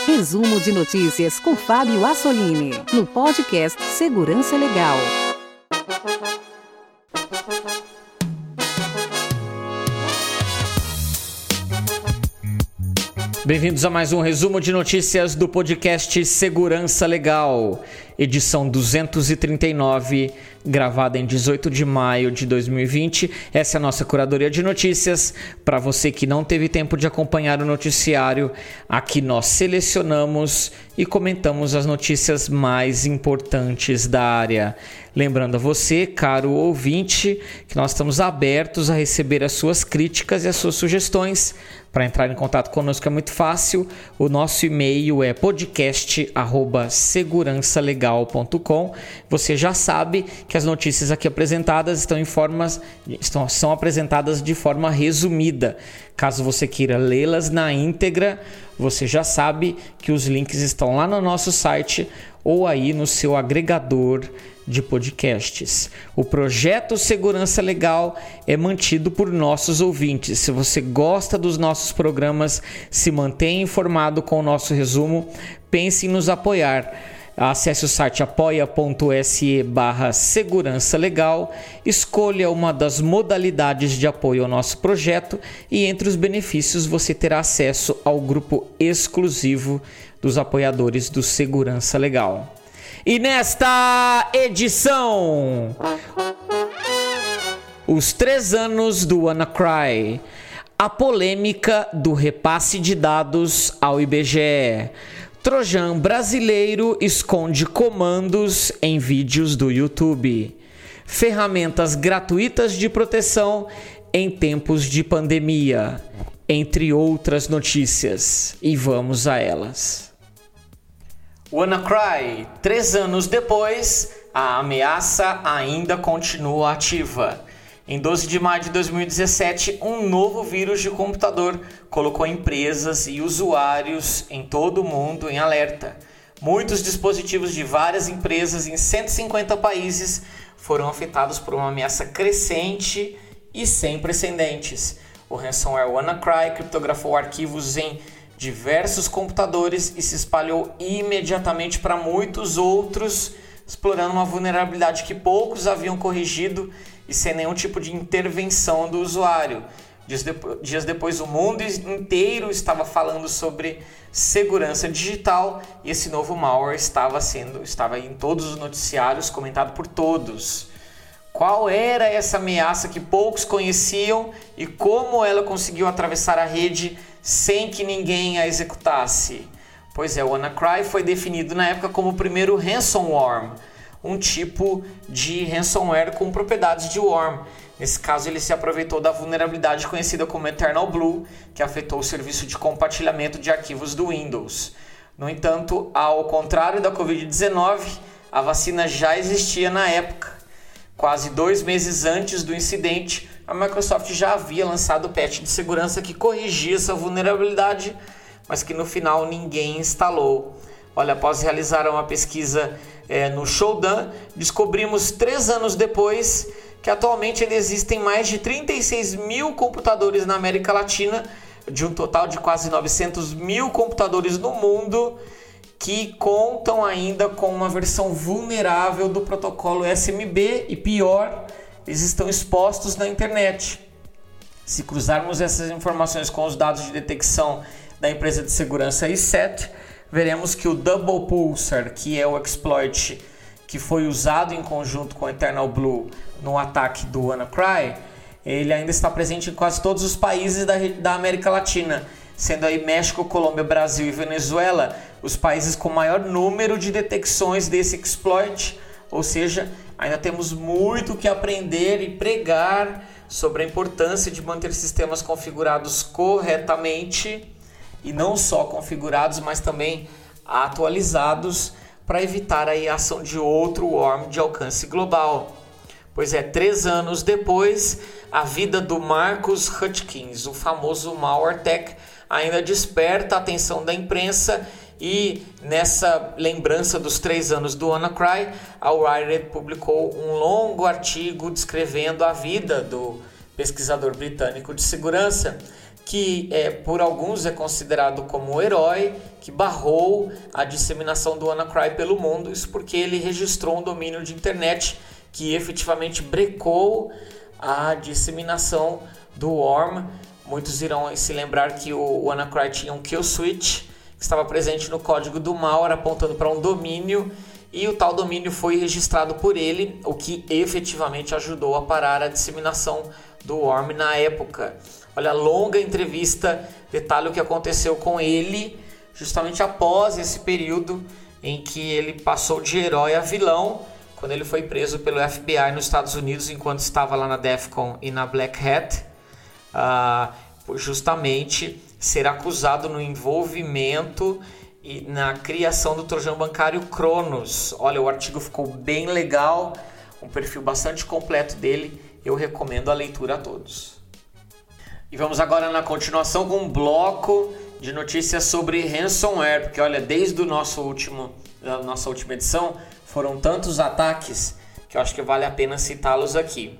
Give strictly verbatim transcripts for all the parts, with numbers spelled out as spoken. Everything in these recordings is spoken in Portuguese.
Resumo de notícias com Fábio Assolini, no podcast Segurança Legal. Bem-vindos a mais um resumo de notícias do podcast Segurança Legal, edição duzentos e trinta e nove, gravada em dezoito de maio de dois mil e vinte. Essa é a nossa curadoria de notícias. Para você que não teve tempo de acompanhar o noticiário, aqui nós selecionamos e comentamos as notícias mais importantes da área. Lembrando a você, caro ouvinte, que nós estamos abertos a receber as suas críticas e as suas sugestões. Para entrar em contato conosco é muito fácil. O nosso e-mail é podcast arroba segurança legal ponto com. Você já sabe que as notícias aqui apresentadas estão em formas, estão, são apresentadas de forma resumida. Caso você queira lê-las na íntegra, você já sabe que os links estão lá no nosso site ou aí no seu agregador de podcasts. O projeto Segurança Legal é mantido por nossos ouvintes. Se você gosta dos nossos programas, se mantém informado com o nosso resumo, pense em nos apoiar. Acesse o site apoia.se barra segurança legal, escolha uma das modalidades de apoio ao nosso projeto e entre os benefícios você terá acesso ao grupo exclusivo dos apoiadores do Segurança Legal. E nesta edição, os três anos do WannaCry, a polêmica do repasse de dados ao I B G E, Trojan brasileiro esconde comandos em vídeos do YouTube, ferramentas gratuitas de proteção em tempos de pandemia, entre outras notícias. E vamos a elas. WannaCry, três anos depois, a ameaça ainda continua ativa. Em doze de maio de dois mil e dezessete, um novo vírus de computador colocou empresas e usuários em todo o mundo em alerta. Muitos dispositivos de várias empresas em cento e cinquenta países foram afetados por uma ameaça crescente e sem precedentes. O ransomware WannaCry criptografou arquivos em diversos computadores e se espalhou imediatamente para muitos outros, explorando uma vulnerabilidade que poucos haviam corrigido e sem nenhum tipo de intervenção do usuário. Dias, depo- dias depois, o mundo inteiro estava falando sobre segurança digital e esse novo malware estava sendo, estava em todos os noticiários, comentado por todos. Qual era essa ameaça que poucos conheciam e como ela conseguiu atravessar a rede sem que ninguém a executasse? Pois é, o WannaCry foi definido na época como o primeiro ransomware, um tipo de ransomware com propriedades de worm. Nesse caso, ele se aproveitou da vulnerabilidade conhecida como Eternal Blue, que afetou o serviço de compartilhamento de arquivos do Windows. No entanto, ao contrário da covid dezenove, a vacina já existia na época. Quase dois meses antes do incidente, a Microsoft já havia lançado o patch de segurança que corrigia essa vulnerabilidade, mas que no final ninguém instalou. Olha, após realizar uma pesquisa é, no Shodan, descobrimos três anos depois que atualmente existem mais de trinta e seis mil computadores na América Latina, de um total de quase novecentos mil computadores no mundo, que contam ainda com uma versão vulnerável do protocolo S M B e pior, eles estão expostos na internet. Se cruzarmos essas informações com os dados de detecção da empresa de segurança I S E T, veremos que o Double Pulsar, que é o exploit que foi usado em conjunto com o Eternal Blue no ataque do WannaCry, ele ainda está presente em quase todos os países da, da América Latina, sendo aí México, Colômbia, Brasil e Venezuela os países com maior número de detecções desse exploit. Ou seja, ainda temos muito que aprender e pregar sobre a importância de manter sistemas configurados corretamente, e não só configurados, mas também atualizados, para evitar aí a ação de outro worm de alcance global. Pois é, três anos depois, a vida do Marcus Hutchins, o famoso MalwareTech, ainda desperta a atenção da imprensa, e nessa lembrança dos três anos do WannaCry, a Wired publicou um longo artigo descrevendo a vida do pesquisador britânico de segurança. que é, por alguns é considerado como o herói que barrou a disseminação do WannaCry pelo mundo. Isso porque ele registrou um domínio de internet que efetivamente brecou a disseminação do worm. Muitos irão se lembrar que o WannaCry tinha um kill switch que estava presente no código do malware apontando para um domínio, e o tal domínio foi registrado por ele, o que efetivamente ajudou a parar a disseminação do worm na época. Olha, longa entrevista detalha o que aconteceu com ele justamente após esse período em que ele passou de herói a vilão, quando ele foi preso pelo F B I nos Estados Unidos enquanto estava lá na DEFCON e na Black Hat, uh, por justamente ser acusado no envolvimento e na criação do trojan bancário Cronos. Olha, o artigo ficou bem legal, um perfil bastante completo dele, eu recomendo a leitura a todos. E vamos agora na continuação com um bloco de notícias sobre ransomware, porque olha, desde o nosso último, a nossa última edição foram tantos ataques que eu acho que vale a pena citá-los aqui.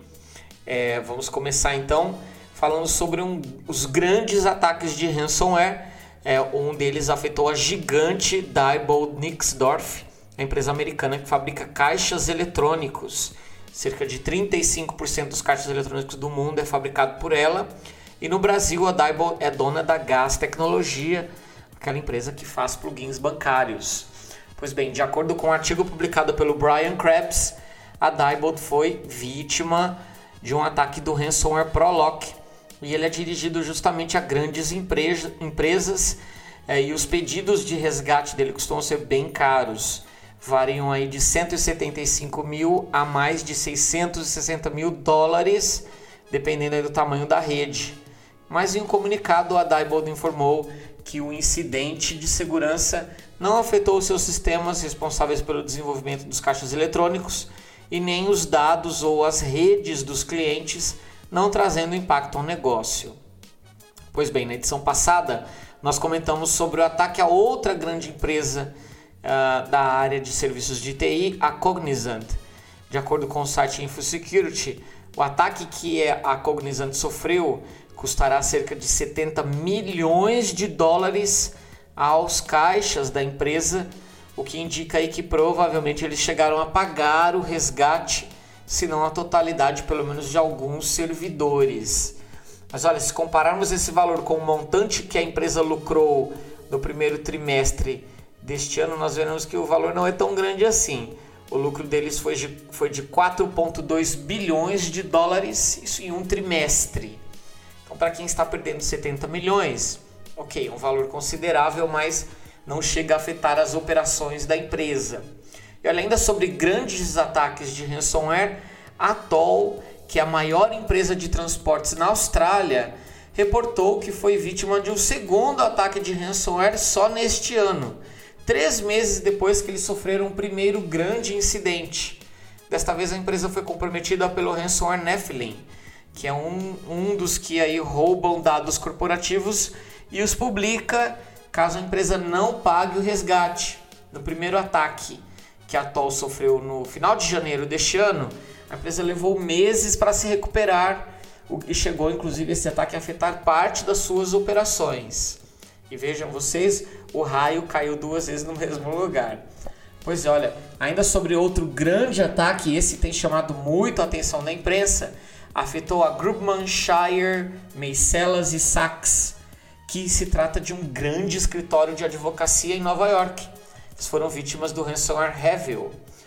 É, vamos começar então falando sobre um, os grandes ataques de ransomware. É, um deles afetou a gigante Diebold Nixdorf, a empresa americana que fabrica caixas eletrônicos. Cerca de trinta e cinco por cento dos caixas eletrônicos do mundo é fabricado por ela. E no Brasil, a Diebold é dona da Gas Tecnologia, aquela empresa que faz plugins bancários. Pois bem, de acordo com um artigo publicado pelo Brian Krebs, a Diebold foi vítima de um ataque do ransomware Prolock. E ele é dirigido justamente a grandes empresa, empresas é, e os pedidos de resgate dele costumam ser bem caros. Variam aí de cento e setenta e cinco mil a mais de seiscentos e sessenta mil dólares, dependendo aí do tamanho da rede. Mas em um comunicado, a Diebold informou que o incidente de segurança não afetou os seus sistemas responsáveis pelo desenvolvimento dos caixas eletrônicos e nem os dados ou as redes dos clientes, não trazendo impacto ao negócio. Pois bem, na edição passada, nós comentamos sobre o ataque a outra grande empresa uh, da área de serviços de T I, a Cognizant. De acordo com o site InfoSecurity, o ataque que a Cognizant sofreu custará cerca de setenta milhões de dólares aos caixas da empresa, o que indica aí que provavelmente eles chegaram a pagar o resgate, se não a totalidade, pelo menos de alguns servidores. Mas olha, se compararmos esse valor com o montante que a empresa lucrou no primeiro trimestre deste ano, nós veremos que o valor não é tão grande assim. O lucro deles foi de, foi de quatro vírgula dois bilhões de dólares, isso em um trimestre. Então, para quem está perdendo setenta milhões, ok, um valor considerável, mas não chega a afetar as operações da empresa. E olha, ainda sobre grandes ataques de ransomware, a Toll, que é a maior empresa de transportes na Austrália, reportou que foi vítima de um segundo ataque de ransomware só neste ano, três meses depois que eles sofreram o primeiro grande incidente. Desta vez a empresa foi comprometida pelo ransomware Nephilim, que é um, um dos que aí roubam dados corporativos e os publica caso a empresa não pague o resgate. No primeiro ataque que a Toll sofreu no final de janeiro deste ano, a empresa levou meses para se recuperar e chegou inclusive esse ataque a afetar parte das suas operações. E vejam vocês, o raio caiu duas vezes no mesmo lugar. Pois é, olha, ainda sobre outro grande ataque, esse tem chamado muito a atenção da imprensa, afetou a Grumman, Shire, Macelas e Sachs, que se trata de um grande escritório de advocacia em Nova York. Eles foram vítimas do ransomware Revil.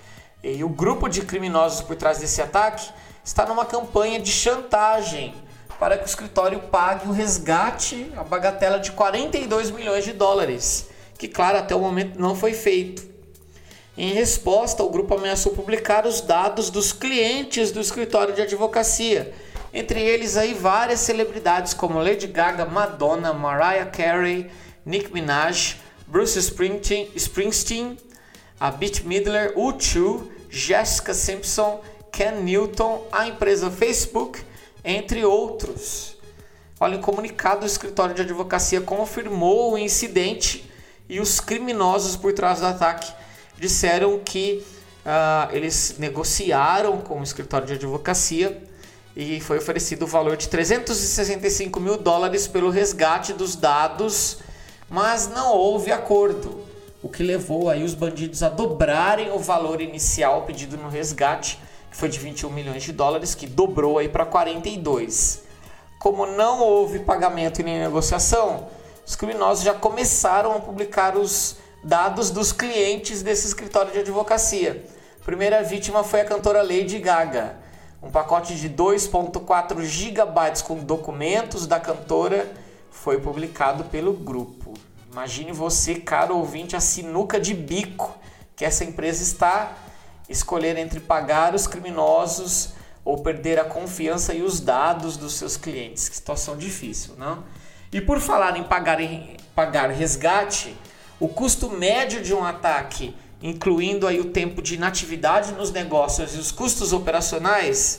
E o grupo de criminosos por trás desse ataque está numa campanha de chantagem para que o escritório pague o resgate, a bagatela de quarenta e dois milhões de dólares, que, claro, até o momento não foi feito. Em resposta, o grupo ameaçou publicar os dados dos clientes do escritório de advocacia, entre eles aí várias celebridades como Lady Gaga, Madonna, Mariah Carey, Nicki Minaj, Bruce Springsteen, Springsteen a Bette Midler, U dois, Jessica Simpson, Ken Newton, a empresa Facebook, entre outros. Olha, em comunicado, o escritório de advocacia confirmou o incidente e os criminosos por trás do ataque disseram que uh, eles negociaram com o escritório de advocacia e foi oferecido o valor de trezentos e sessenta e cinco mil dólares pelo resgate dos dados, mas não houve acordo, o que levou aí os bandidos a dobrarem o valor inicial pedido no resgate, que foi de vinte e um milhões de dólares, que dobrou aí para quarenta e dois. Como não houve pagamento e nem negociação, os criminosos já começaram a publicar os dados dos clientes desse escritório de advocacia. A primeira vítima foi a cantora Lady Gaga. Um pacote de dois vírgula quatro gigabytes com documentos da cantora foi publicado pelo grupo. Imagine você, caro ouvinte, a sinuca de bico que essa empresa está, escolher entre pagar os criminosos ou perder a confiança e os dados dos seus clientes. Que situação difícil, não? E por falar em pagar, em pagar resgate, o custo médio de um ataque, incluindo aí o tempo de inatividade nos negócios e os custos operacionais,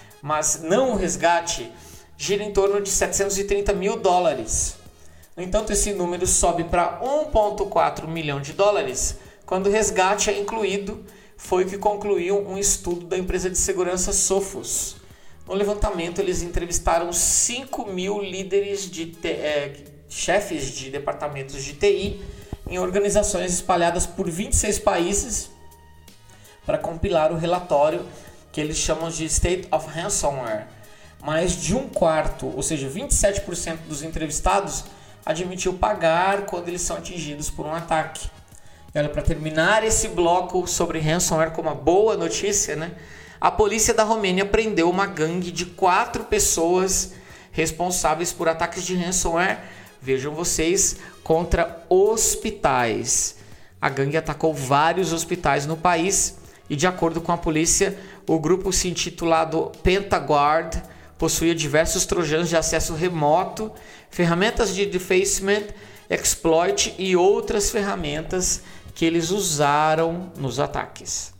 mas não o resgate, gira em torno de setecentos e trinta mil dólares. No entanto, esse número sobe para um vírgula quatro milhão de dólares quando o resgate é incluído. Foi o que concluiu um estudo da empresa de segurança Sophos. No levantamento, eles entrevistaram cinco mil líderes de te, é, chefes de departamentos de T I em organizações espalhadas por vinte e seis países para compilar o relatório que eles chamam de State of Ransomware. Mais de um quarto, ou seja, vinte e sete por cento dos entrevistados admitiu pagar quando eles são atingidos por um ataque. E olha, para terminar esse bloco sobre ransomware com uma boa notícia, né? A polícia da Romênia prendeu uma gangue de quatro pessoas responsáveis por ataques de ransomware, vejam vocês, contra hospitais. A gangue atacou vários hospitais no país e, de acordo com a polícia, o grupo se intitulado Pentaguard possuía diversos trojanos de acesso remoto, ferramentas de defacement, exploit e outras ferramentas que eles usaram nos ataques.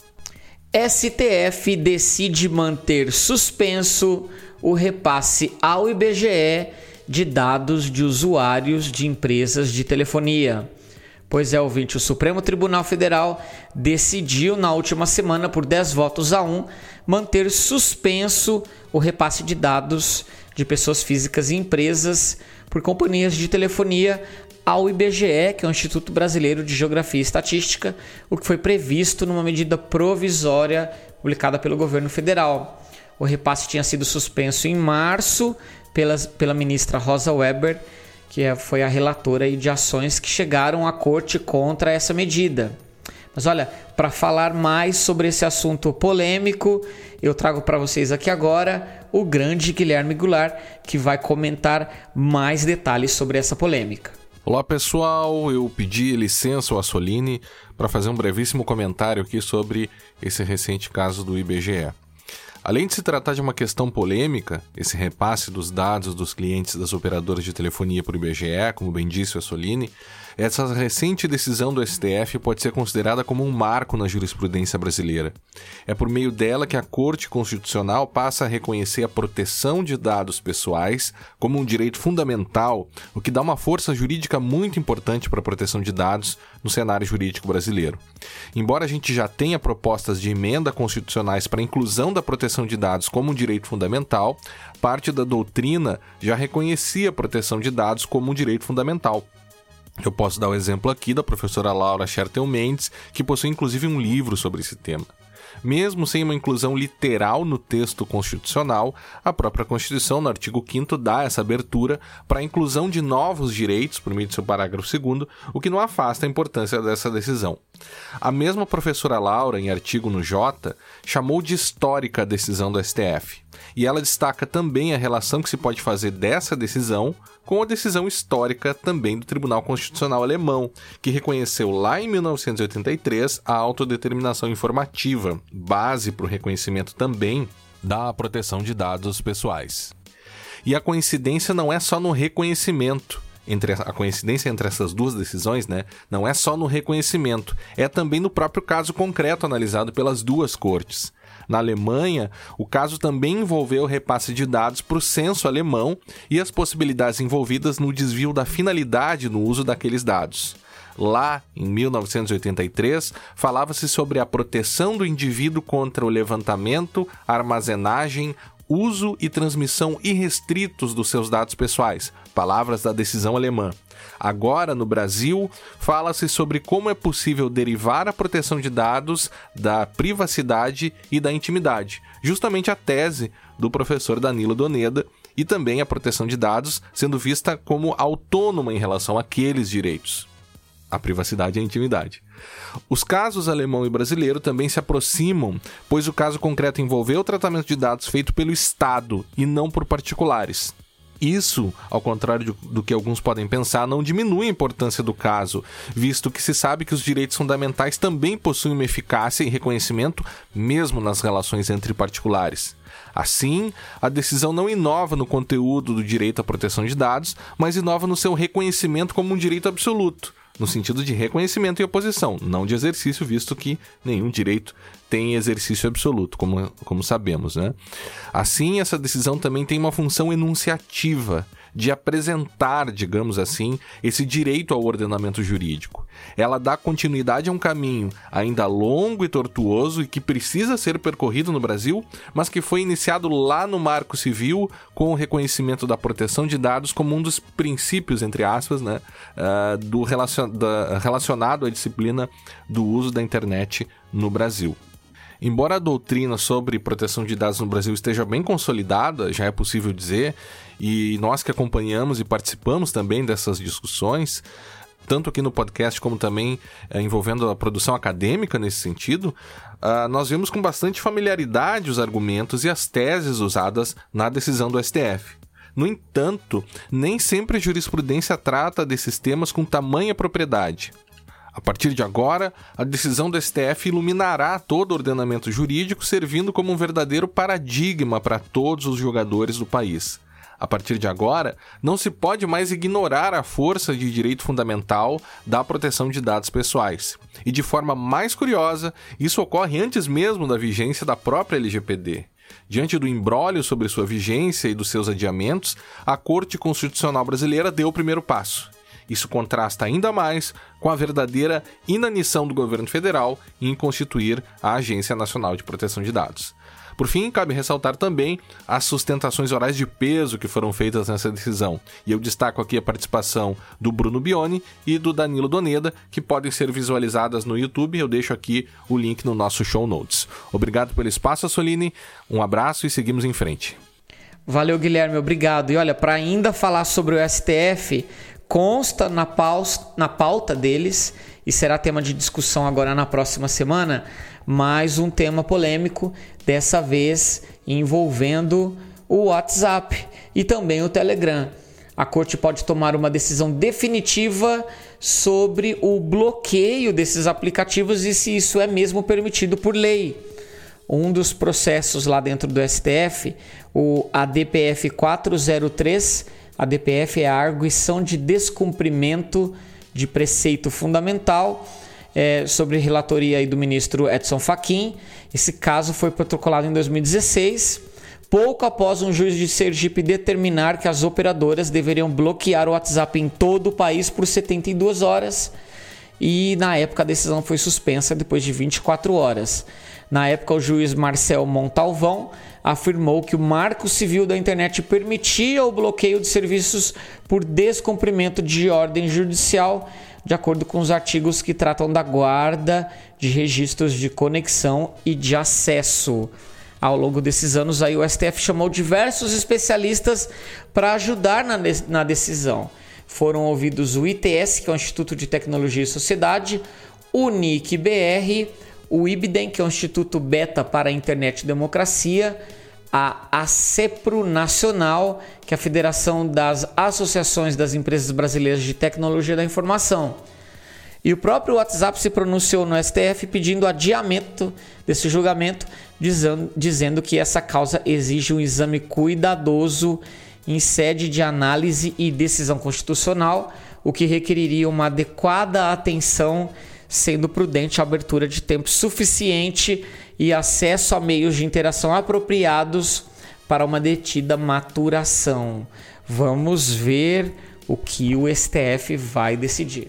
S T F decide manter suspenso o repasse ao I B G E de dados de usuários de empresas de telefonia. Pois é, ouvinte, o Supremo Tribunal Federal decidiu na última semana, por dez votos a um, manter suspenso o repasse de dados de pessoas físicas e empresas por companhias de telefonia ao I B G E, que é o Instituto Brasileiro de Geografia e Estatística, o que foi previsto numa medida provisória publicada pelo governo federal. O repasse tinha sido suspenso em março pelas, pela ministra Rosa Weber, que foi a relatora de ações que chegaram à corte contra essa medida. Mas olha, para falar mais sobre esse assunto polêmico, eu trago para vocês aqui agora o grande Guilherme Goulart, que vai comentar mais detalhes sobre essa polêmica. Olá pessoal, eu pedi licença ao Assolini para fazer um brevíssimo comentário aqui sobre esse recente caso do I B G E. Além de se tratar de uma questão polêmica, esse repasse dos dados dos clientes das operadoras de telefonia para o I B G E, como bem disse o Assolini, essa recente decisão do S T F pode ser considerada como um marco na jurisprudência brasileira. É por meio dela que a Corte Constitucional passa a reconhecer a proteção de dados pessoais como um direito fundamental, o que dá uma força jurídica muito importante para a proteção de dados no cenário jurídico brasileiro. Embora a gente já tenha propostas de emenda constitucionais para a inclusão da proteção de dados como um direito fundamental, parte da doutrina já reconhecia a proteção de dados como um direito fundamental. Eu posso dar o exemplo aqui da professora Laura Schertel Mendes, que possui inclusive um livro sobre esse tema. Mesmo sem uma inclusão literal no texto constitucional, a própria Constituição, no artigo quinto, dá essa abertura para a inclusão de novos direitos, por meio do seu parágrafo segundo, o que não afasta a importância dessa decisão. A mesma professora Laura, em artigo no J, chamou de histórica a decisão do S T F. E ela destaca também a relação que se pode fazer dessa decisão com a decisão histórica também do Tribunal Constitucional Alemão, que reconheceu lá em mil novecentos e oitenta e três a autodeterminação informativa, base para o reconhecimento também da proteção de dados pessoais. E a coincidência não é só no reconhecimento. Entre a coincidência entre essas duas decisões, né, não é só no reconhecimento, é também no próprio caso concreto analisado pelas duas cortes. Na Alemanha, o caso também envolveu o repasse de dados para o censo alemão e as possibilidades envolvidas no desvio da finalidade no uso daqueles dados. Lá, em mil novecentos e oitenta e três, falava-se sobre a proteção do indivíduo contra o levantamento, armazenagem, uso e transmissão irrestritos dos seus dados pessoais, palavras da decisão alemã. Agora, no Brasil, fala-se sobre como é possível derivar a proteção de dados da privacidade e da intimidade, justamente a tese do professor Danilo Doneda, e também a proteção de dados sendo vista como autônoma em relação àqueles direitos, a privacidade e a intimidade. Os casos alemão e brasileiro também se aproximam, pois o caso concreto envolveu o tratamento de dados feito pelo Estado e não por particulares. Isso, ao contrário do que alguns podem pensar, não diminui a importância do caso, visto que se sabe que os direitos fundamentais também possuem uma eficácia e reconhecimento, mesmo nas relações entre particulares. Assim, a decisão não inova no conteúdo do direito à proteção de dados, mas inova no seu reconhecimento como um direito absoluto, no sentido de reconhecimento e oposição, não de exercício, visto que nenhum direito tem exercício absoluto, como, como sabemos, né? Assim, essa decisão também tem uma função enunciativa, de apresentar, digamos assim, esse direito ao ordenamento jurídico. Ela dá continuidade a um caminho ainda longo e tortuoso e que precisa ser percorrido no Brasil, mas que foi iniciado lá no Marco Civil com o reconhecimento da proteção de dados como um dos princípios, entre aspas, né, uh, do relacion... da... relacionado à disciplina do uso da internet no Brasil. Embora a doutrina sobre proteção de dados no Brasil esteja bem consolidada, já é possível dizer, e nós que acompanhamos e participamos também dessas discussões, tanto aqui no podcast como também é, envolvendo a produção acadêmica nesse sentido, uh, nós vemos com bastante familiaridade os argumentos e as teses usadas na decisão do S T F. No entanto, nem sempre a jurisprudência trata desses temas com tamanha propriedade. A partir de agora, a decisão do S T F iluminará todo o ordenamento jurídico, servindo como um verdadeiro paradigma para todos os julgadores do país. A partir de agora, não se pode mais ignorar a força de direito fundamental da proteção de dados pessoais. E de forma mais curiosa, isso ocorre antes mesmo da vigência da própria L G P D. Diante do imbróglio sobre sua vigência e dos seus adiamentos, a Corte Constitucional Brasileira deu o primeiro passo. Isso contrasta ainda mais com a verdadeira inanição do governo federal em constituir a Agência Nacional de Proteção de Dados. Por fim, cabe ressaltar também as sustentações orais de peso que foram feitas nessa decisão. E eu destaco aqui a participação do Bruno Bioni e do Danilo Doneda, que podem ser visualizadas no YouTube. Eu deixo aqui o link no nosso show notes. Obrigado pelo espaço, Assolini. Um abraço e seguimos em frente. Valeu, Guilherme. Obrigado. E olha, para ainda falar sobre o S T F... consta na pauta, na pauta deles, e será tema de discussão agora na próxima semana, mais um tema polêmico, dessa vez envolvendo o WhatsApp e também o Telegram. A Corte pode tomar uma decisão definitiva sobre o bloqueio desses aplicativos e se isso é mesmo permitido por lei. Um dos processos lá dentro do S T F, o A D P F quatrocentos e três, a D P F é a arguição de descumprimento de preceito fundamental, é, sobre relatoria aí do ministro Edson Fachin. Esse caso foi protocolado em dois mil e dezesseis, pouco após um juiz de Sergipe determinar que as operadoras deveriam bloquear o WhatsApp em todo o país por setenta e duas horas, e na época a decisão foi suspensa depois de vinte e quatro horas. Na época, o juiz Marcel Montalvão afirmou que o Marco Civil da Internet permitia o bloqueio de serviços por descumprimento de ordem judicial, de acordo com os artigos que tratam da guarda de registros de conexão e de acesso. Ao longo desses anos, aí, o S T F chamou diversos especialistas para ajudar na, na decisão. Foram ouvidos o I T S, que é o Instituto de Tecnologia e Sociedade, o N I C B R, o I B D E M, que é o Instituto Beta para a Internet e Democracia, a ACEPRO Nacional, que é a Federação das Associações das Empresas Brasileiras de Tecnologia da Informação. E o próprio WhatsApp se pronunciou no S T F pedindo adiamento desse julgamento, dizendo, dizendo que essa causa exige um exame cuidadoso em sede de análise e decisão constitucional, o que requeriria uma adequada atenção, sendo prudente a abertura de tempo suficiente e acesso a meios de interação apropriados para uma detida maturação. Vamos ver o que o S T F vai decidir.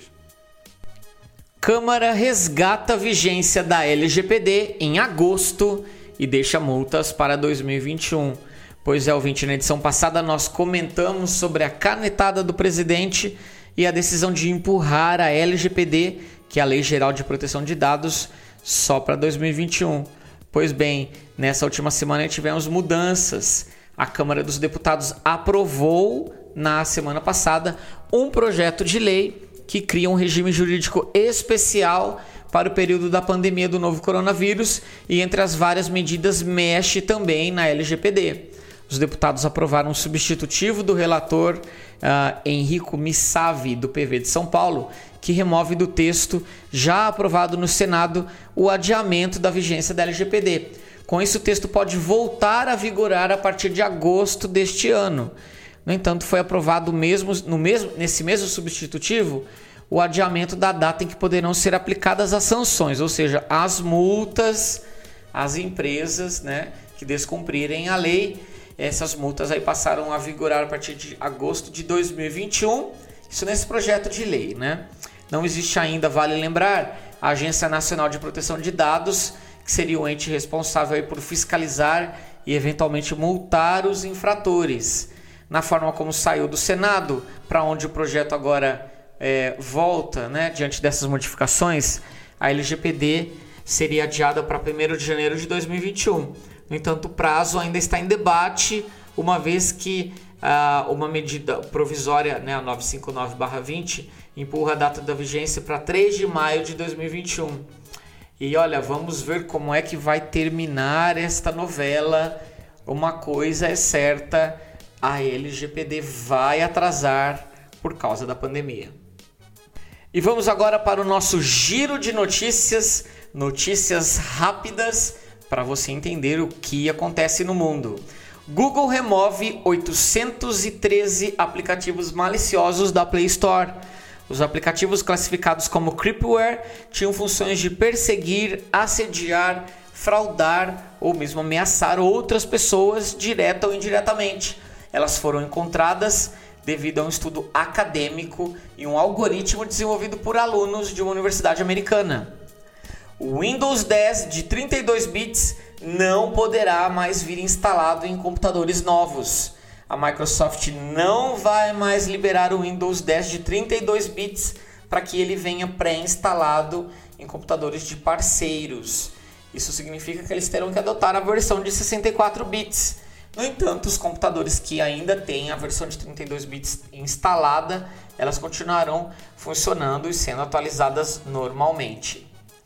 Câmara resgata a vigência da L G P D em agosto e deixa multas para dois mil e vinte e um. Pois é, ouvinte, na edição passada nós comentamos sobre a canetada do presidente e a decisão de empurrar a L G P D, que é a Lei Geral de Proteção de Dados, só para dois mil e vinte e um. Pois bem, nessa última semana tivemos mudanças. A Câmara dos Deputados aprovou na semana passada um projeto de lei que cria um regime jurídico especial para o período da pandemia do novo coronavírus e entre as várias medidas mexe também na L G P D. Os deputados aprovaram um substitutivo do relator uh, Henrico Missavi, do P V de São Paulo, que remove do texto já aprovado no Senado o adiamento da vigência da L G P D. Com isso, o texto pode voltar a vigorar a partir de agosto deste ano. No entanto, foi aprovado mesmo, no mesmo, nesse mesmo substitutivo o adiamento da data em que poderão ser aplicadas as sanções, ou seja, as multas às empresas, né, que descumprirem a lei. Essas multas aí passaram a vigorar a partir de agosto de dois mil e vinte e um, isso nesse projeto de lei, né? Não existe ainda, vale lembrar, a Agência Nacional de Proteção de Dados, que seria o ente responsável aí por fiscalizar e eventualmente multar os infratores. Na forma como saiu do Senado, para onde o projeto agora é, volta, né, diante dessas modificações, a L G P D seria adiada para primeiro de janeiro de dois mil e vinte e um. No entanto, o prazo ainda está em debate, uma vez que uh, uma medida provisória, né, a novecentos e cinquenta e nove barra vinte, empurra a data da vigência para três de maio de dois mil e vinte e um. E olha, vamos ver como é que vai terminar esta novela. Uma coisa é certa, a L G P D vai atrasar por causa da pandemia. E vamos agora para o nosso giro de notícias, notícias rápidas, para você entender o que acontece no mundo. Google remove oitocentos e treze aplicativos maliciosos da Play Store. Os aplicativos classificados como creepware tinham funções de perseguir, assediar, fraudar ou mesmo ameaçar outras pessoas direta ou indiretamente. Elas foram encontradas devido a um estudo acadêmico e um algoritmo desenvolvido por alunos de uma universidade americana. O Windows dez de trinta e dois bits não poderá mais vir instalado em computadores novos. A Microsoft não vai mais liberar o Windows dez de trinta e dois bits para que ele venha pré-instalado em computadores de parceiros. Isso significa que eles terão que adotar a versão de sessenta e quatro bits. No entanto, os computadores que ainda têm a versão de trinta e dois bits instalada, elas continuarão funcionando e sendo atualizadas normalmente.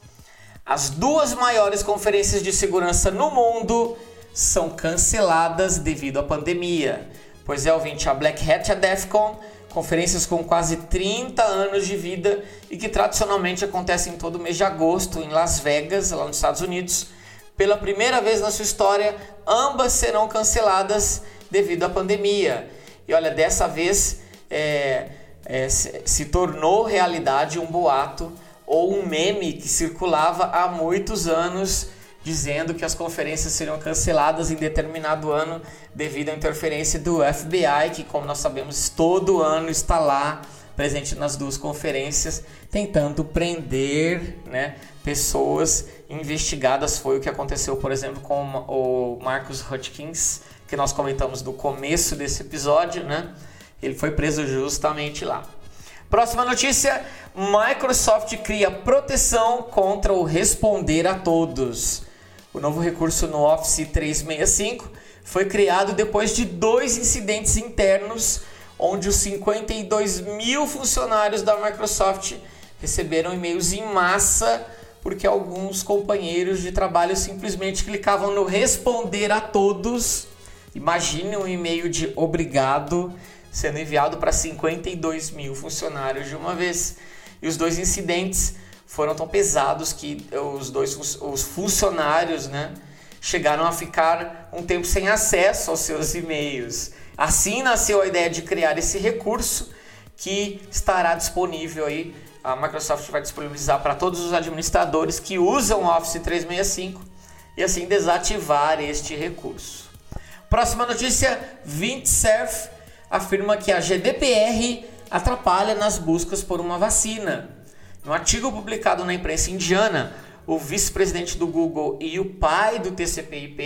As duas maiores conferências de segurança no mundo são canceladas devido à pandemia. Pois é, ouvinte, a Black Hat e a DEF CON, conferências com quase trinta anos de vida e que tradicionalmente acontecem todo mês de agosto em Las Vegas, lá nos Estados Unidos. Pela primeira vez na sua história, ambas serão canceladas devido à pandemia. E olha, dessa vez é, é, se, se tornou realidade um boato ou um meme que circulava há muitos anos dizendo que as conferências seriam canceladas em determinado ano devido à interferência do F B I, que, como nós sabemos, todo ano está lá presente nas duas conferências tentando prender, né, pessoas investigadas. Foi o que aconteceu, por exemplo, com o Marcus Hutchins, que nós comentamos no começo desse episódio, né? Ele foi preso justamente lá. Próxima notícia: Microsoft cria proteção contra o responder a todos. O novo recurso no Office trezentos e sessenta e cinco foi criado depois de dois incidentes internos, onde os cinquenta e dois mil funcionários da Microsoft receberam e-mails em massa porque alguns companheiros de trabalho simplesmente clicavam no responder a todos. Imagine um e-mail de obrigado sendo enviado para cinquenta e dois mil funcionários de uma vez. E os dois incidentes foram tão pesados que os dois os funcionários, né, chegaram a ficar um tempo sem acesso aos seus e-mails. Assim nasceu a ideia de criar esse recurso que estará disponível aí. A Microsoft vai disponibilizar para todos os administradores que usam o Office trezentos e sessenta e cinco e assim desativar este recurso. Próxima notícia: Vintserf afirma que a G D P R atrapalha nas buscas por uma vacina. No artigo publicado na imprensa indiana, o vice-presidente do Google e o pai do T C P I P,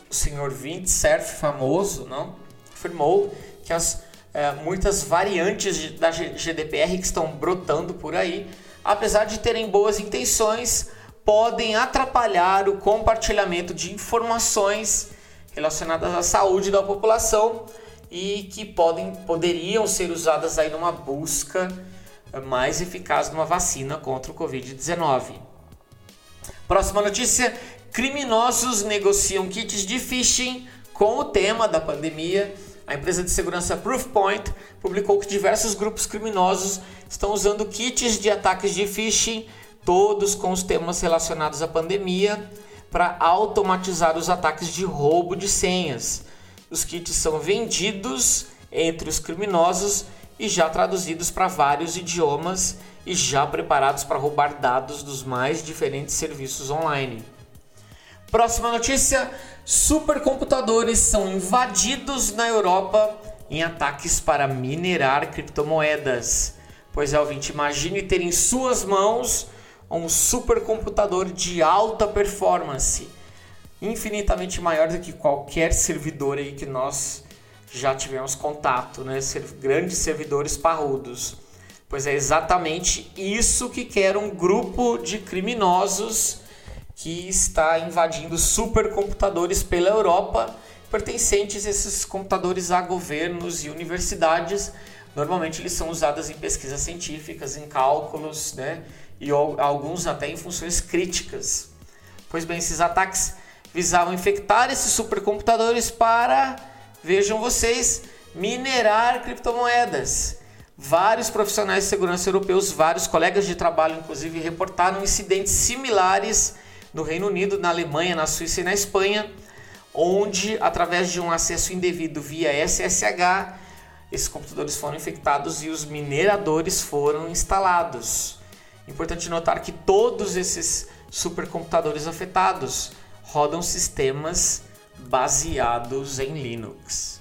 o senhor Vint Cerf, famoso, não? Afirmou que as é, muitas variantes da G D P R que estão brotando por aí, apesar de terem boas intenções, podem atrapalhar o compartilhamento de informações relacionadas à saúde da população e que podem, poderiam ser usadas aí numa busca mais eficaz numa vacina contra o covid dezenove. Próxima notícia: criminosos negociam kits de phishing com o tema da pandemia. A empresa de segurança Proofpoint publicou que diversos grupos criminosos estão usando kits de ataques de phishing, todos com os temas relacionados à pandemia, para automatizar os ataques de roubo de senhas. Os kits são vendidos entre os criminosos e já traduzidos para vários idiomas e já preparados para roubar dados dos mais diferentes serviços online. Próxima notícia: supercomputadores são invadidos na Europa em ataques para minerar criptomoedas. Pois é, ouvinte, imagine ter em suas mãos um supercomputador de alta performance, infinitamente maior do que qualquer servidor aí que nós já tivemos contato, né? Grandes servidores parrudos. Pois é exatamente isso que quer um grupo de criminosos que está invadindo supercomputadores pela Europa, pertencentes esses computadores a governos e universidades. Normalmente eles são usados em pesquisas científicas, em cálculos, né? E alguns até em funções críticas. Pois bem, esses ataques visavam infectar esses supercomputadores para, vejam vocês, minerar criptomoedas. Vários profissionais de segurança europeus, vários colegas de trabalho, inclusive, reportaram incidentes similares no Reino Unido, na Alemanha, na Suíça e na Espanha, onde, através de um acesso indevido via S S H, esses computadores foram infectados e os mineradores foram instalados. Importante notar que todos esses supercomputadores afetados rodam sistemas baseados em Linux.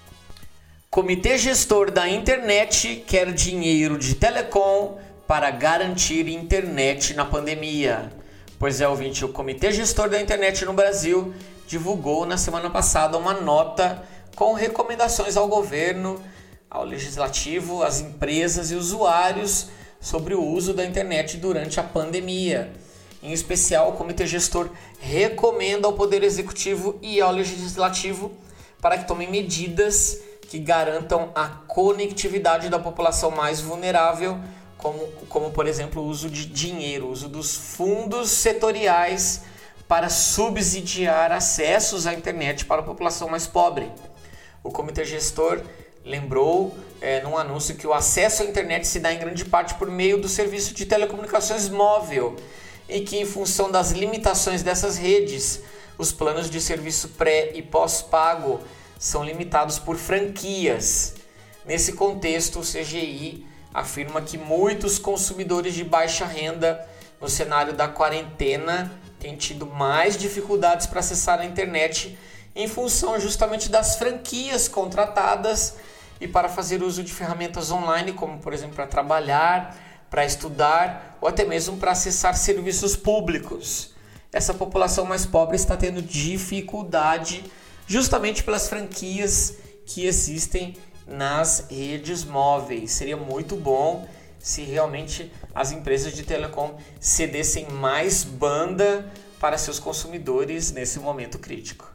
Comitê gestor da internet quer dinheiro de telecom para garantir internet na pandemia. Pois é, ouvinte, o Comitê Gestor da Internet no Brasil divulgou na semana passada uma nota com recomendações ao governo, ao legislativo, às empresas e usuários sobre o uso da internet durante a pandemia. Em especial, o Comitê Gestor recomenda ao Poder Executivo e ao Legislativo para que tomem medidas que garantam a conectividade da população mais vulnerável, como, como por exemplo o uso de dinheiro, o uso dos fundos setoriais para subsidiar acessos à internet para a população mais pobre. O Comitê Gestor lembrou é, num anúncio que o acesso à internet se dá em grande parte por meio do serviço de telecomunicações móvel e que, em função das limitações dessas redes, os planos de serviço pré e pós-pago são limitados por franquias. Nesse contexto, o C G I afirma que muitos consumidores de baixa renda no cenário da quarentena têm tido mais dificuldades para acessar a internet em função justamente das franquias contratadas e para fazer uso de ferramentas online, como por exemplo para trabalhar, para estudar ou até mesmo para acessar serviços públicos. Essa população mais pobre está tendo dificuldade justamente pelas franquias que existem nas redes móveis. Seria muito bom se realmente as empresas de telecom cedessem mais banda para seus consumidores nesse momento crítico.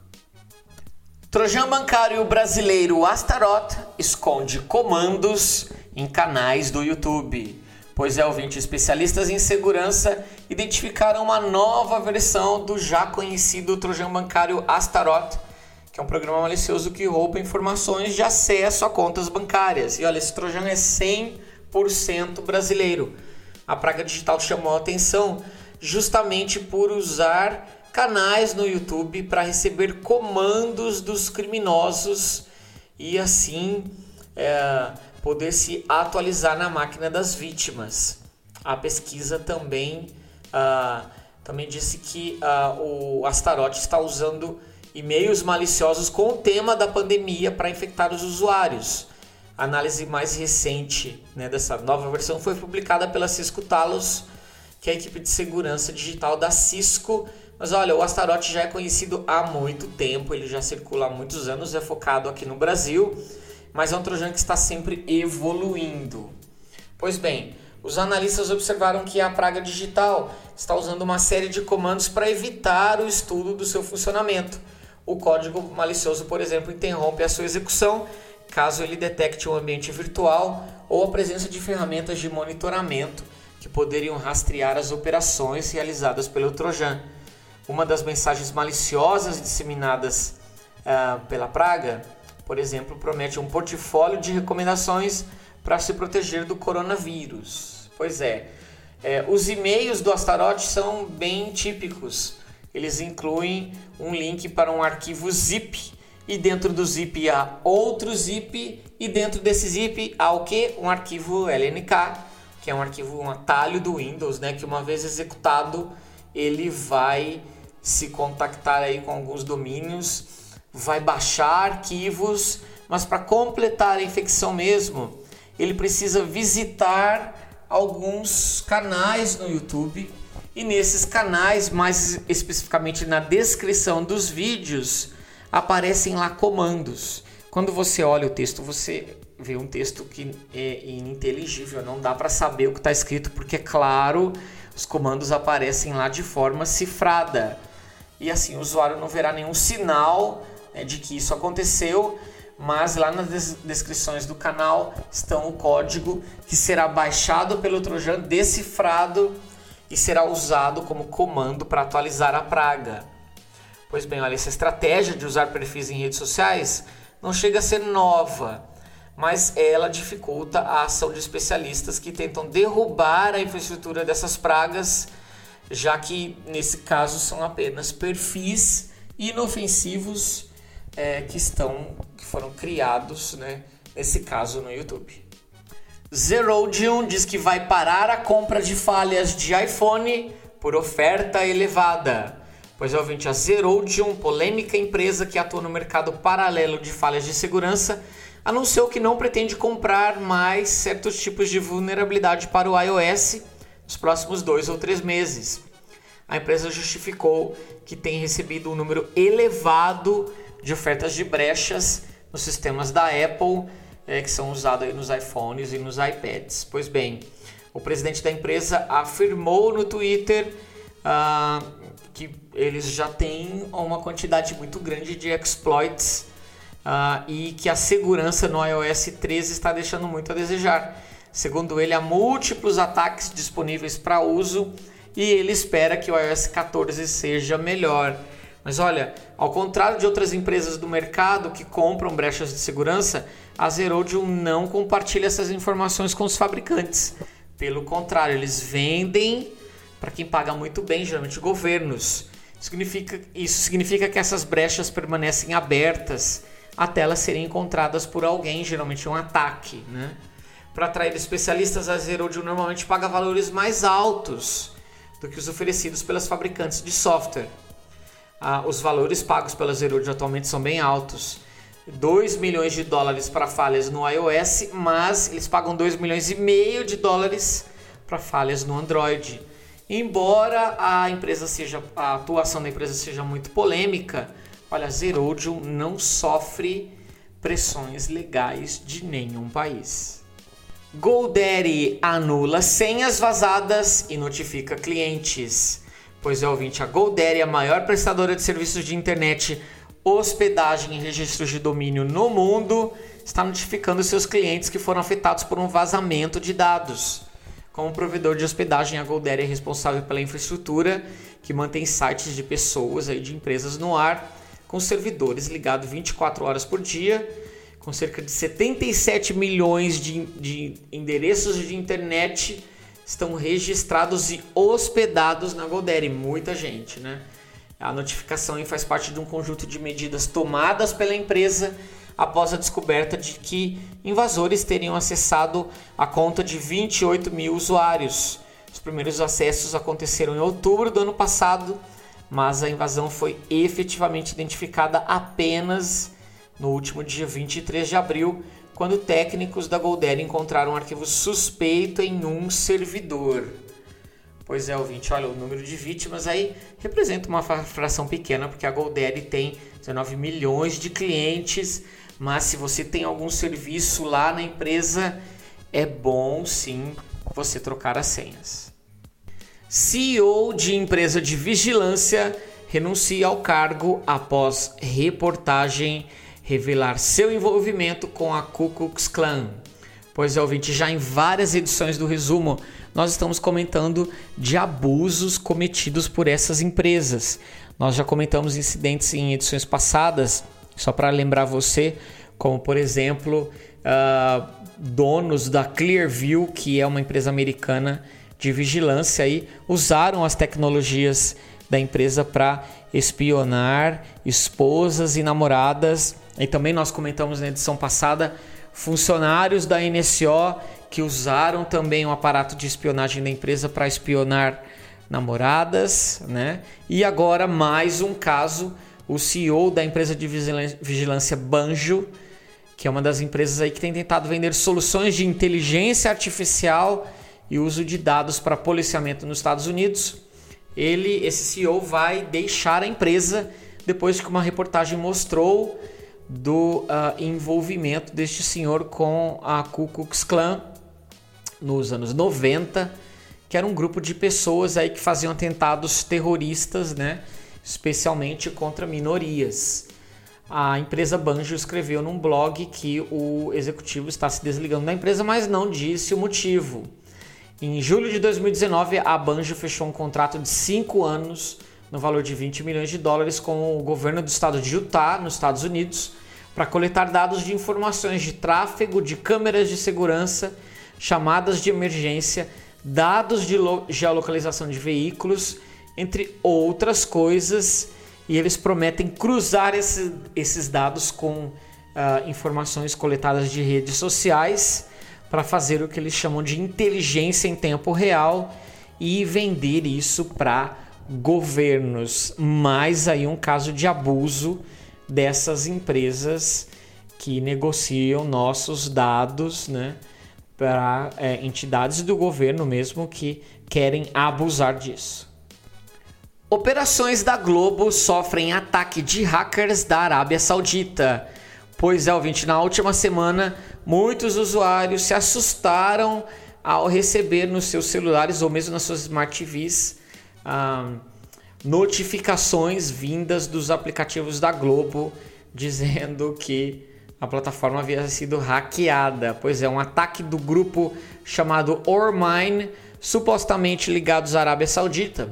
Trojan bancário brasileiro Astaroth esconde comandos em canais do YouTube. Pois é, ouvinte, especialistas em segurança identificaram uma nova versão do já conhecido Trojan bancário Astaroth, que é um programa malicioso que rouba informações de acesso a contas bancárias. E olha, esse Trojan é cem por cento brasileiro. A praga digital chamou a atenção justamente por usar canais no YouTube para receber comandos dos criminosos e assim é, poder se atualizar na máquina das vítimas. A pesquisa também, ah, também disse que ah, o Astaroth está usando e-mails maliciosos com o tema da pandemia para infectar os usuários. A análise mais recente, né, dessa nova versão foi publicada pela Cisco Talos, que é a equipe de segurança digital da Cisco, Mas olha, o Astaroth já é conhecido há muito tempo, ele já circula há muitos anos, é focado aqui no Brasil, mas é um trojan que está sempre evoluindo. Pois bem, os analistas observaram que a praga digital está usando uma série de comandos para evitar o estudo do seu funcionamento. O código malicioso, por exemplo, interrompe a sua execução caso ele detecte um ambiente virtual ou a presença de ferramentas de monitoramento que poderiam rastrear as operações realizadas pelo trojan. Uma das mensagens maliciosas disseminadas uh, pela praga, por exemplo, promete um portfólio de recomendações para se proteger do coronavírus. Pois é, é os e-mails do Astaroth são bem típicos. Eles incluem um link para um arquivo zip, e dentro do zip há outro zip, e dentro desse zip há o quê? Um arquivo L N K, que é um arquivo, um atalho do Windows, né? Que uma vez executado, ele vai se contactar aí com alguns domínios, vai baixar arquivos, mas para completar a infecção mesmo, ele precisa visitar alguns canais no YouTube, e nesses canais, mais especificamente na descrição dos vídeos, aparecem lá comandos. Quando você olha o texto, você vê um texto que é ininteligível, não dá para saber o que está escrito, porque, é claro, os comandos aparecem lá de forma cifrada. E assim, o usuário não verá nenhum sinal, né, de que isso aconteceu, mas lá nas des- descrições do canal estão o código que será baixado pelo trojan, decifrado e será usado como comando para atualizar a praga. Pois bem, olha, essa estratégia de usar perfis em redes sociais não chega a ser nova, mas ela dificulta a ação de especialistas que tentam derrubar a infraestrutura dessas pragas, já que nesse caso são apenas perfis inofensivos é, que, estão, que foram criados, né, nesse caso no YouTube. Zerodium diz que vai parar a compra de falhas de iPhone por oferta elevada. Pois é, ouvinte, a Zerodium, polêmica empresa que atua no mercado paralelo de falhas de segurança, anunciou que não pretende comprar mais certos tipos de vulnerabilidade para o iOS nos próximos dois ou três meses. A empresa justificou que tem recebido um número elevado de ofertas de brechas nos sistemas da Apple, é, que são usados aí nos iPhones e nos iPads. Pois bem, o presidente da empresa afirmou no Twitter uh, que eles já têm uma quantidade muito grande de exploits uh, e que a segurança no iOS treze está deixando muito a desejar. Segundo ele, há múltiplos ataques disponíveis para uso e ele espera que o iOS quatorze seja melhor. Mas olha, ao contrário de outras empresas do mercado que compram brechas de segurança, a Zerodium não compartilha essas informações com os fabricantes. Pelo contrário, eles vendem para quem paga muito bem, geralmente governos. Significa, isso significa que essas brechas permanecem abertas até elas serem encontradas por alguém, geralmente um ataque, né? Para atrair especialistas, a Zerodium normalmente paga valores mais altos do que os oferecidos pelas fabricantes de software. Ah, os valores pagos pela Zerodium atualmente são bem altos. dois milhões de dólares para falhas no iOS, mas eles pagam dois milhões e meio de dólares para falhas no Android. Embora a empresa seja, a atuação da empresa seja muito polêmica, olha, a Zerodium não sofre pressões legais de nenhum país. GoDaddy anula senhas vazadas e notifica clientes. Pois é, ouvinte, a GoDaddy, a maior prestadora de serviços de internet, hospedagem e registros de domínio no mundo, está notificando seus clientes que foram afetados por um vazamento de dados. Como provedor de hospedagem, a GoDaddy é responsável pela infraestrutura que mantém sites de pessoas, aí, de empresas no ar, com servidores ligados vinte e quatro horas por dia, com cerca de setenta e sete milhões de, de endereços de internet estão registrados e hospedados na GoDaddy. Muita gente, né? A notificação aí faz parte de um conjunto de medidas tomadas pela empresa após a descoberta de que invasores teriam acessado a conta de vinte e oito mil usuários. Os primeiros acessos aconteceram em outubro do ano passado, mas a invasão foi efetivamente identificada apenas no último dia vinte e três de abril, quando técnicos da GoDaddy encontraram um arquivo suspeito em um servidor. Pois é, ouvinte, olha, o número de vítimas aí representa uma fração pequena, porque a GoDaddy tem dezenove milhões de clientes, mas se você tem algum serviço lá na empresa, é bom sim você trocar as senhas. C E O de empresa de vigilância renuncia ao cargo após reportagem revelar seu envolvimento com a Ku Klux Klan. Pois é, ouvinte, já em várias edições do Resumo, nós estamos comentando de abusos cometidos por essas empresas. Nós já comentamos incidentes em edições passadas, só para lembrar você, como por exemplo, uh, donos da Clearview, que é uma empresa americana de vigilância, aí, usaram as tecnologias da empresa para espionar esposas e namoradas. E também nós comentamos na edição passada funcionários da N S O que usaram também o aparato de espionagem da empresa para espionar namoradas, né? E agora mais um caso, o C E O da empresa de vigilância Banjo, que é uma das empresas aí que tem tentado vender soluções de inteligência artificial e uso de dados para policiamento nos Estados Unidos. Ele, esse C E O vai deixar a empresa depois que uma reportagem mostrou do uh, envolvimento deste senhor com a Ku Klux Klan nos anos noventa, que era um grupo de pessoas aí que faziam atentados terroristas, né, especialmente contra minorias. A empresa Banjo escreveu num blog que o executivo está se desligando da empresa, mas não disse o motivo. Em julho de dois mil e dezenove, a Banjo fechou um contrato de cinco anos no valor de vinte milhões de dólares com o governo do estado de Utah, nos Estados Unidos, para coletar dados de informações de tráfego, de câmeras de segurança, chamadas de emergência, dados de geolocalização de veículos, entre outras coisas. E eles prometem cruzar esse, esses dados com uh, informações coletadas de redes sociais para fazer o que eles chamam de inteligência em tempo real e vender isso para governos. Mais aí um caso de abuso dessas empresas que negociam nossos dados, né, para é, entidades do governo mesmo que querem abusar disso. Operações da Globo sofrem ataque de hackers da Arábia Saudita. Pois é, ouvinte, na última semana, muitos usuários se assustaram ao receber nos seus celulares ou mesmo nas suas Smart T Vs ah, notificações vindas dos aplicativos da Globo dizendo que a plataforma havia sido hackeada. Pois é, um ataque do grupo chamado Ormine, supostamente ligados à Arábia Saudita.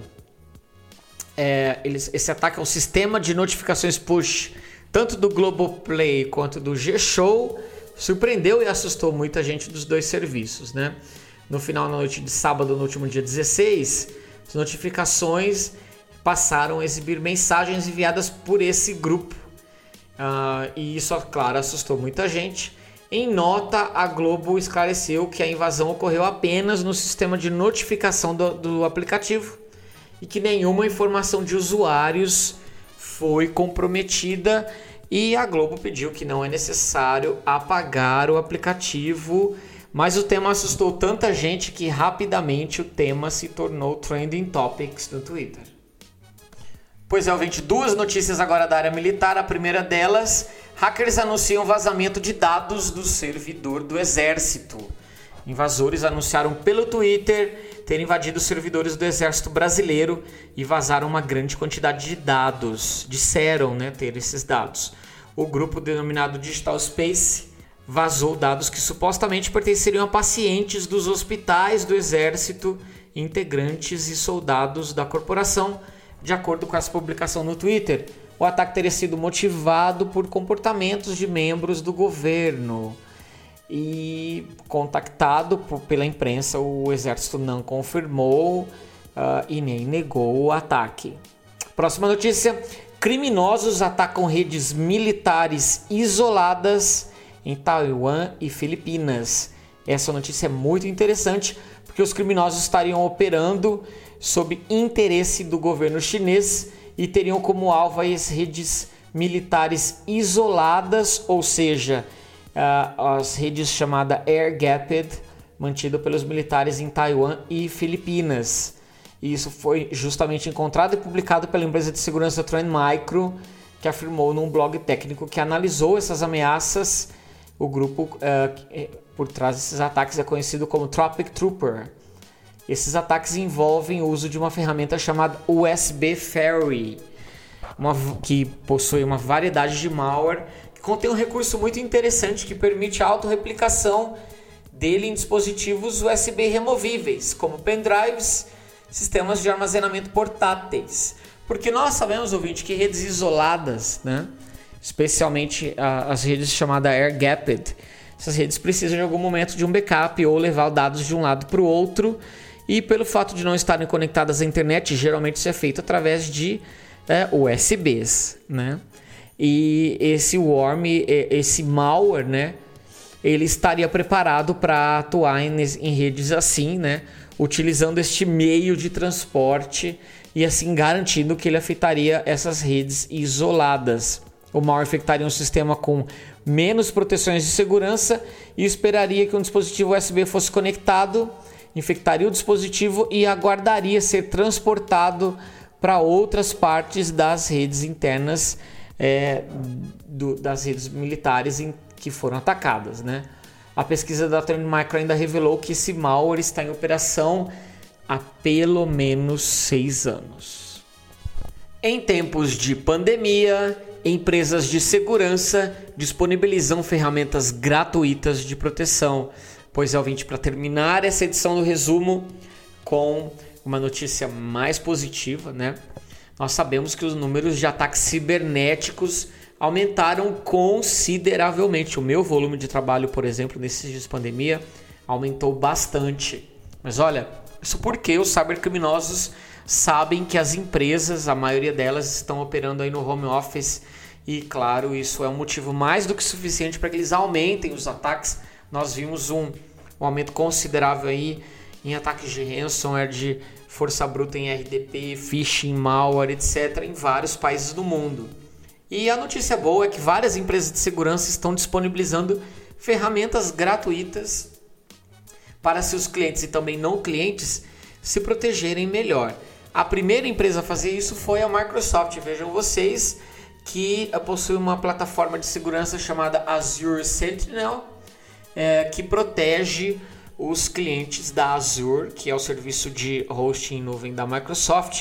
É, eles, esse ataque é um sistema de notificações push, tanto do Globoplay quanto do G-Show, surpreendeu e assustou muita gente dos dois serviços, né? No final da noite de sábado, no último dia dezesseis, as notificações passaram a exibir mensagens enviadas por esse grupo. Uh, e isso, claro, assustou muita gente. Em nota, a Globo esclareceu que a invasão ocorreu apenas no sistema de notificação do, do aplicativo e que nenhuma informação de usuários foi comprometida, e a Globo pediu que não é necessário apagar o aplicativo, mas o tema assustou tanta gente que rapidamente o tema se tornou trending topics no Twitter. Pois é, ouvinte, duas notícias agora da área militar. A primeira delas, hackers anunciam vazamento de dados do servidor do Exército. Invasores anunciaram pelo Twitter ter invadido os servidores do Exército Brasileiro e vazaram uma grande quantidade de dados. Disseram, né, ter esses dados. O grupo denominado Digital Space vazou dados que supostamente pertenceriam a pacientes dos hospitais do Exército, integrantes e soldados da corporação. De acordo com essa publicação no Twitter, o ataque teria sido motivado por comportamentos de membros do governo. E contactado por, pela imprensa, o Exército não confirmou uh, e nem negou o ataque. Próxima notícia: criminosos atacam redes militares isoladas em Taiwan e Filipinas. Essa notícia é muito interessante porque os criminosos estariam operando sob interesse do governo chinês e teriam como alvo as redes militares isoladas, ou seja, Uh, as redes chamadas Air Gapped, mantida pelos militares em Taiwan e Filipinas. E isso foi justamente encontrado e publicado pela empresa de segurança Trend Micro, que afirmou num blog técnico que analisou essas ameaças. O grupo uh, por trás desses ataques é conhecido como Tropic Trooper. Esses ataques envolvem o uso de uma ferramenta chamada U S B Fairy, uma, que possui uma variedade de malware que contém um recurso muito interessante que permite a autorreplicação dele em dispositivos U S B removíveis, como pendrives, sistemas de armazenamento portáteis. Porque nós sabemos, ouvinte, que redes isoladas, né, especialmente a, as redes chamadas air-gapped, essas redes precisam em algum momento de um backup ou levar dados de um lado para o outro, e pelo fato de não estarem conectadas à internet, geralmente isso é feito através de é, U S Bs, né? E esse worm, esse malware, né, ele estaria preparado para atuar em, em redes assim, né, utilizando este meio de transporte e assim garantindo que ele afetaria essas redes isoladas. O malware infectaria um sistema com menos proteções de segurança e esperaria que um dispositivo U S B fosse conectado, infectaria o dispositivo e aguardaria ser transportado para outras partes das redes internas, é, do, das redes militares em, que foram atacadas, né? A pesquisa da Trend Micro ainda revelou que esse malware está em operação há pelo menos seis anos. Em tempos de pandemia, empresas de segurança disponibilizam ferramentas gratuitas de proteção. Pois é, ouvinte, para terminar essa edição do resumo com uma notícia mais positiva, né? Nós sabemos que os números de ataques cibernéticos aumentaram consideravelmente. O meu volume de trabalho, por exemplo, nesses dias de pandemia, aumentou bastante. Mas olha, isso porque os cybercriminosos sabem que as empresas, a maioria delas, estão operando aí no home office e, claro, isso é um motivo mais do que suficiente para que eles aumentem os ataques. Nós vimos um, um aumento considerável aí em ataques de ransomware, de força bruta em R D P, phishing, malware, etcétera, em vários países do mundo. E a notícia boa é que várias empresas de segurança estão disponibilizando ferramentas gratuitas para seus clientes e também não clientes se protegerem melhor. A primeira empresa a fazer isso foi a Microsoft. Vejam vocês que possui uma plataforma de segurança chamada Azure Sentinel, é, que protege os clientes da Azure, que é o serviço de hosting em nuvem da Microsoft.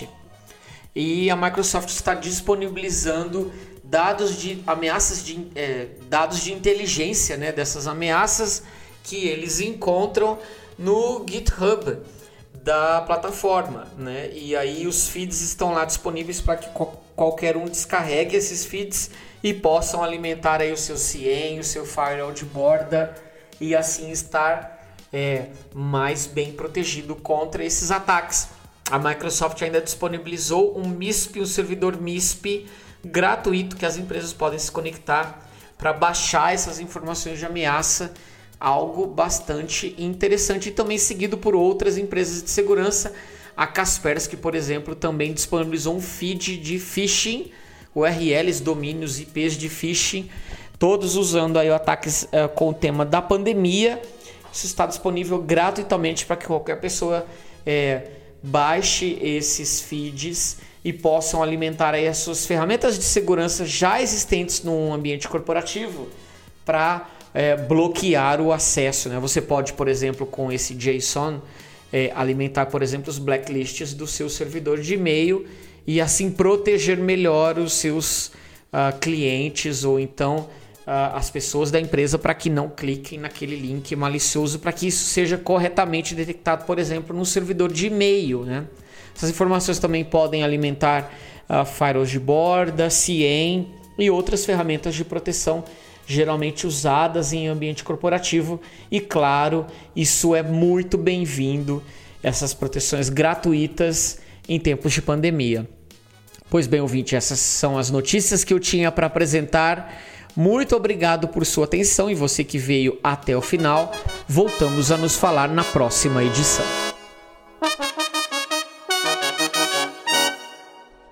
E a Microsoft está disponibilizando dados de ameaças de é, dados de inteligência, né, dessas ameaças que eles encontram no GitHub da plataforma, né? E aí os feeds estão lá disponíveis para que co- qualquer um descarregue esses feeds e possam alimentar aí o seu C I E M, o seu firewall de borda e assim estar é, mais bem protegido contra esses ataques. A Microsoft ainda disponibilizou um M I S P, um servidor M I S P gratuito que as empresas podem se conectar para baixar essas informações de ameaça, algo bastante interessante e também seguido por outras empresas de segurança. A Kaspersky, por exemplo, também disponibilizou um feed de phishing, U R Ls, domínios, I Ps de phishing, todos usando aí ataques uh, com o tema da pandemia. Isso está disponível gratuitamente para que qualquer pessoa é, baixe esses feeds e possam alimentar aí as suas ferramentas de segurança já existentes no ambiente corporativo para é, bloquear o acesso, né? Você pode, por exemplo, com esse JSON, é, alimentar, por exemplo, os blacklists do seu servidor de e-mail e assim proteger melhor os seus uh, clientes ou então uh, as pessoas da empresa para que não cliquem naquele link malicioso, para que isso seja corretamente detectado, por exemplo, no servidor de e-mail, né? Essas informações também podem alimentar uh, firewalls de borda, C I E M e outras ferramentas de proteção geralmente usadas em ambiente corporativo. E claro, isso é muito bem-vindo, essas proteções gratuitas em tempos de pandemia. Pois bem, ouvinte, essas são as notícias que eu tinha para apresentar. Muito obrigado por sua atenção e você que veio até o final. Voltamos a nos falar na próxima edição.